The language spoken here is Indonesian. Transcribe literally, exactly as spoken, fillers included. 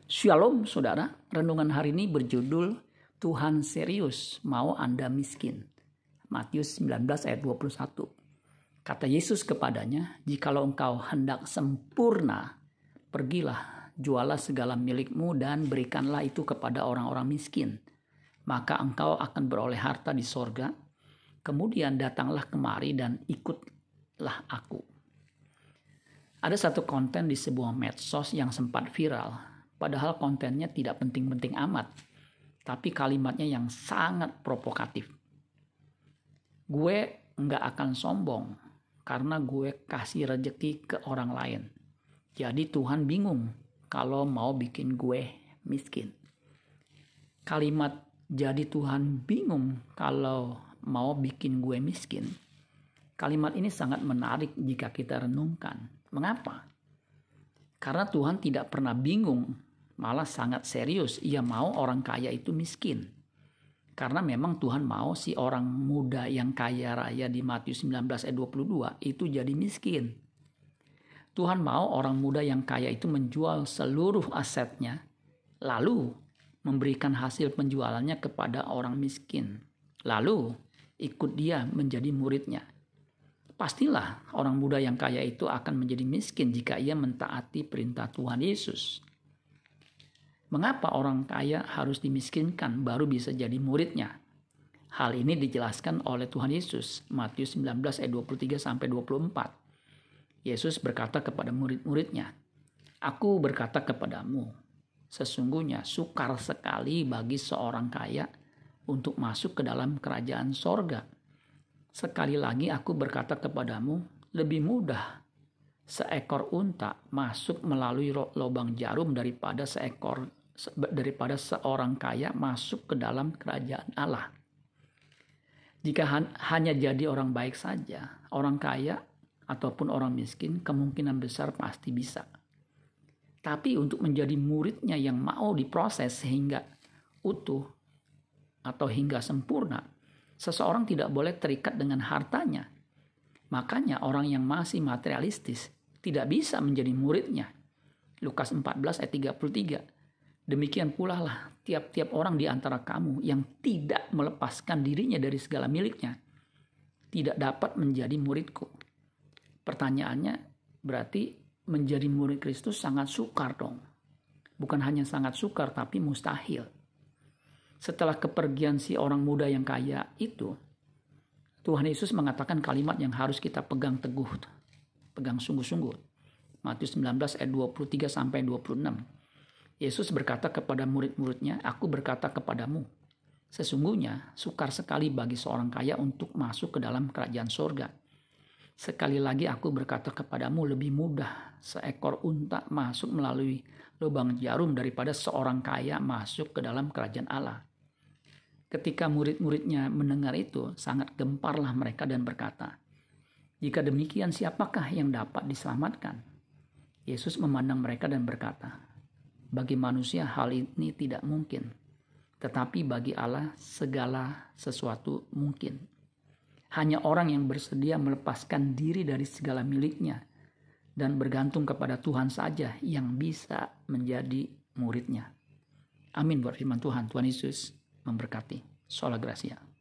Shalom saudara, renungan hari ini berjudul Tuhan serius mau Anda miskin. Matius sembilan belas ayat dua puluh satu. Kata Yesus kepadanya, jikalau engkau hendak sempurna, pergilah, jualah segala milikmu dan berikanlah itu kepada orang-orang miskin. Maka engkau akan beroleh harta di sorga. Kemudian datanglah kemari dan ikutlah aku. Ada satu konten di sebuah medsos yang sempat viral. Padahal kontennya tidak penting-penting amat, tapi kalimatnya yang sangat provokatif. Gue nggak akan sombong karena gue kasih rezeki ke orang lain. Jadi Tuhan bingung kalau mau bikin gue miskin. Kalimat jadi Tuhan bingung kalau mau bikin gue miskin. Kalimat ini sangat menarik jika kita renungkan. Mengapa? Karena Tuhan tidak pernah bingung, malah sangat serius ia mau orang kaya itu miskin. Karena memang Tuhan mau si orang muda yang kaya raya di Matius sembilan belas ayat dua puluh dua itu jadi miskin. Tuhan mau orang muda yang kaya itu menjual seluruh asetnya, lalu memberikan hasil penjualannya kepada orang miskin. Lalu ikut dia menjadi muridnya. Pastilah orang muda yang kaya itu akan menjadi miskin jika ia mentaati perintah Tuhan Yesus. Mengapa orang kaya harus dimiskinkan baru bisa jadi muridnya? Hal ini dijelaskan oleh Tuhan Yesus, Matius sembilan belas ayat dua puluh tiga sampai dua puluh empat. Yesus berkata kepada murid-muridnya, "Aku berkata kepadamu, sesungguhnya sukar sekali bagi seorang kaya untuk masuk ke dalam kerajaan sorga. Sekali lagi aku berkata kepadamu, lebih mudah seekor unta masuk melalui lubang jarum daripada seekor daripada seorang kaya masuk ke dalam kerajaan Allah." Jika han, hanya jadi orang baik saja, orang kaya ataupun orang miskin kemungkinan besar pasti bisa. Tapi untuk menjadi muridnya yang mau diproses sehingga utuh atau hingga sempurna, seseorang tidak boleh terikat dengan hartanya. Makanya orang yang masih materialistis tidak bisa menjadi muridnya. Lukas empat belas ayat tiga puluh tiga. Demikian pula lah tiap-tiap orang di antara kamu yang tidak melepaskan dirinya dari segala miliknya tidak dapat menjadi muridku. Pertanyaannya berarti menjadi murid Kristus sangat sukar dong. Bukan hanya sangat sukar tapi mustahil. Setelah kepergian si orang muda yang kaya itu, Tuhan Yesus mengatakan kalimat yang harus kita pegang teguh, pegang sungguh-sungguh. Matius sembilan belas ayat dua puluh tiga sampai dua puluh enam. Yesus berkata kepada murid-muridnya, "Aku berkata kepadamu, sesungguhnya sukar sekali bagi seorang kaya untuk masuk ke dalam kerajaan sorga. Sekali lagi aku berkata kepadamu, lebih mudah seekor unta masuk melalui lubang jarum daripada seorang kaya masuk ke dalam kerajaan Allah." Ketika murid-muridnya mendengar itu, sangat gemparlah mereka dan berkata, "Jika demikian, siapakah yang dapat diselamatkan?" Yesus memandang mereka dan berkata, "Bagi manusia hal ini tidak mungkin, tetapi bagi Allah segala sesuatu mungkin. Hanya orang yang bersedia melepaskan diri dari segala miliknya dan bergantung kepada Tuhan saja yang bisa menjadi muridnya." Amin buat firman Tuhan. Tuhan Yesus memberkati. Sola Gracia.